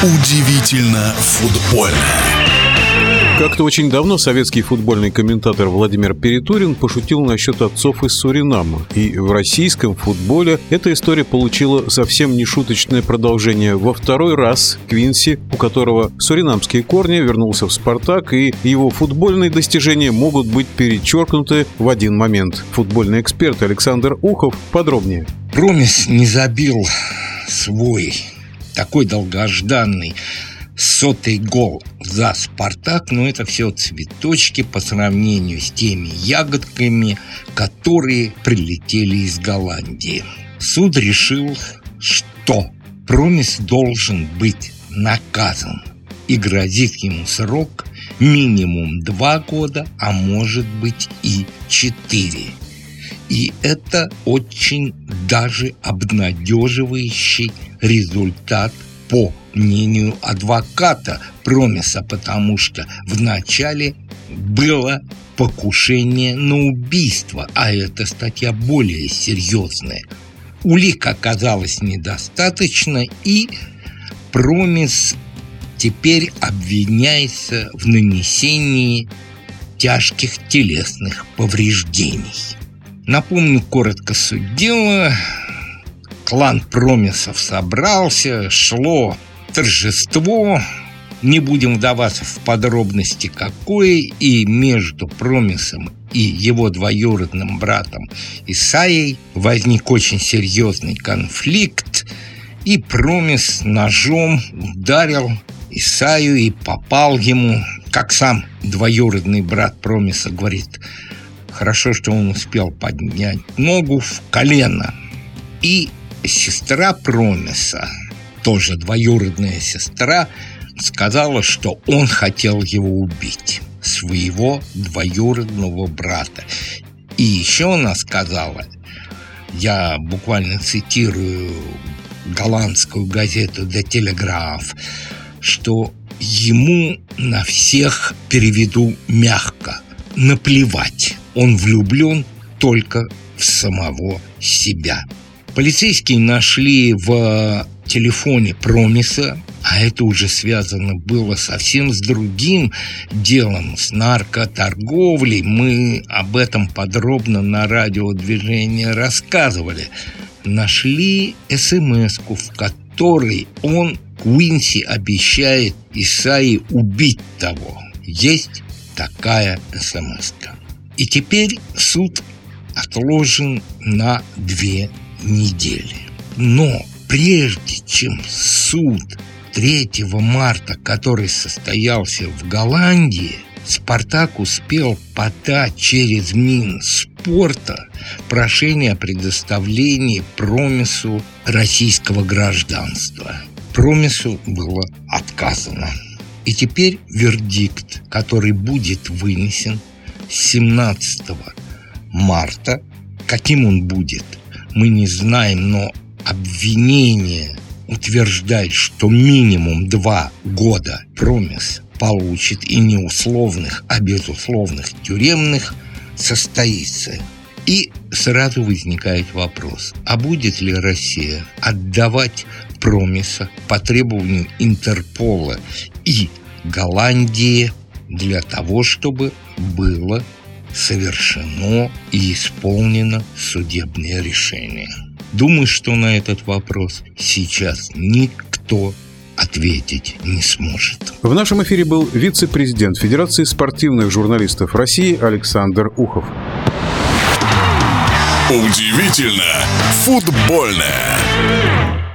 Удивительно футбольно. Как-то очень давно советский футбольный комментатор Владимир Перетурин пошутил насчет отцов из Суринама. И в российском футболе эта история получила совсем не шуточное продолжение. Во второй раз Квинси, у которого суринамские корни, вернулся в «Спартак», и его футбольные достижения могут быть перечеркнуты в один момент. Футбольный эксперт Александр Ухов подробнее. Промис не забил свой такой долгожданный 100-й гол за «Спартак», но это все цветочки по сравнению с теми ягодками, которые прилетели из Голландии. Суд решил, что Промис должен быть наказан, и грозит ему срок минимум 2 года, а может быть и 4. И это очень даже обнадеживающий результат по мнению адвоката Промиса, потому что вначале было покушение на убийство, а эта статья более серьезная. Улик оказалось недостаточно, и Промис теперь обвиняется в нанесении тяжких телесных повреждений. Напомню коротко суть дела. Клан Промисов собрался, шло торжество, не будем вдаваться в подробности какое, и между Промисом и его двоюродным братом Исаей возник очень серьезный конфликт, и Промис ножом ударил Исаю и попал ему, как сам двоюродный брат Промиса говорит, хорошо, что он успел поднять ногу, в колено. И сестра Промиса, тоже двоюродная сестра, сказала, что он хотел его убить, своего двоюродного брата. И еще она сказала, я буквально цитирую голландскую газету «De Telegraaf», что ему на всех, переведу мягко, наплевать. Он влюблен только в самого себя. Полицейские нашли в телефоне Промиса, а это уже связано было совсем с другим делом, с наркоторговлей. Мы об этом подробно на радиодвижении рассказывали. Нашли смс-ку, в которой он, Квинси, обещает Исаи убить того. Есть такая смс-ка. И теперь суд отложен на 2 недели. Но прежде чем суд 3 марта, который состоялся в Голландии, «Спартак» успел подать через Минспорта прошение о предоставлении Промису российского гражданства. Промису было отказано. И теперь вердикт, который будет вынесен 17 марта, каким он будет, мы не знаем, но обвинение утверждает, что минимум 2 года Промис получит, и не условных, а безусловных тюремных, состоится. И сразу возникает вопрос, а будет ли Россия отдавать Промиса по требованию Интерпола и Голландии для того, чтобы было совершено и исполнено судебное решение? Думаю, что на этот вопрос сейчас никто ответить не сможет. В нашем эфире был вице-президент Федерации спортивных журналистов России Александр Ухов. Удивительно футбольное.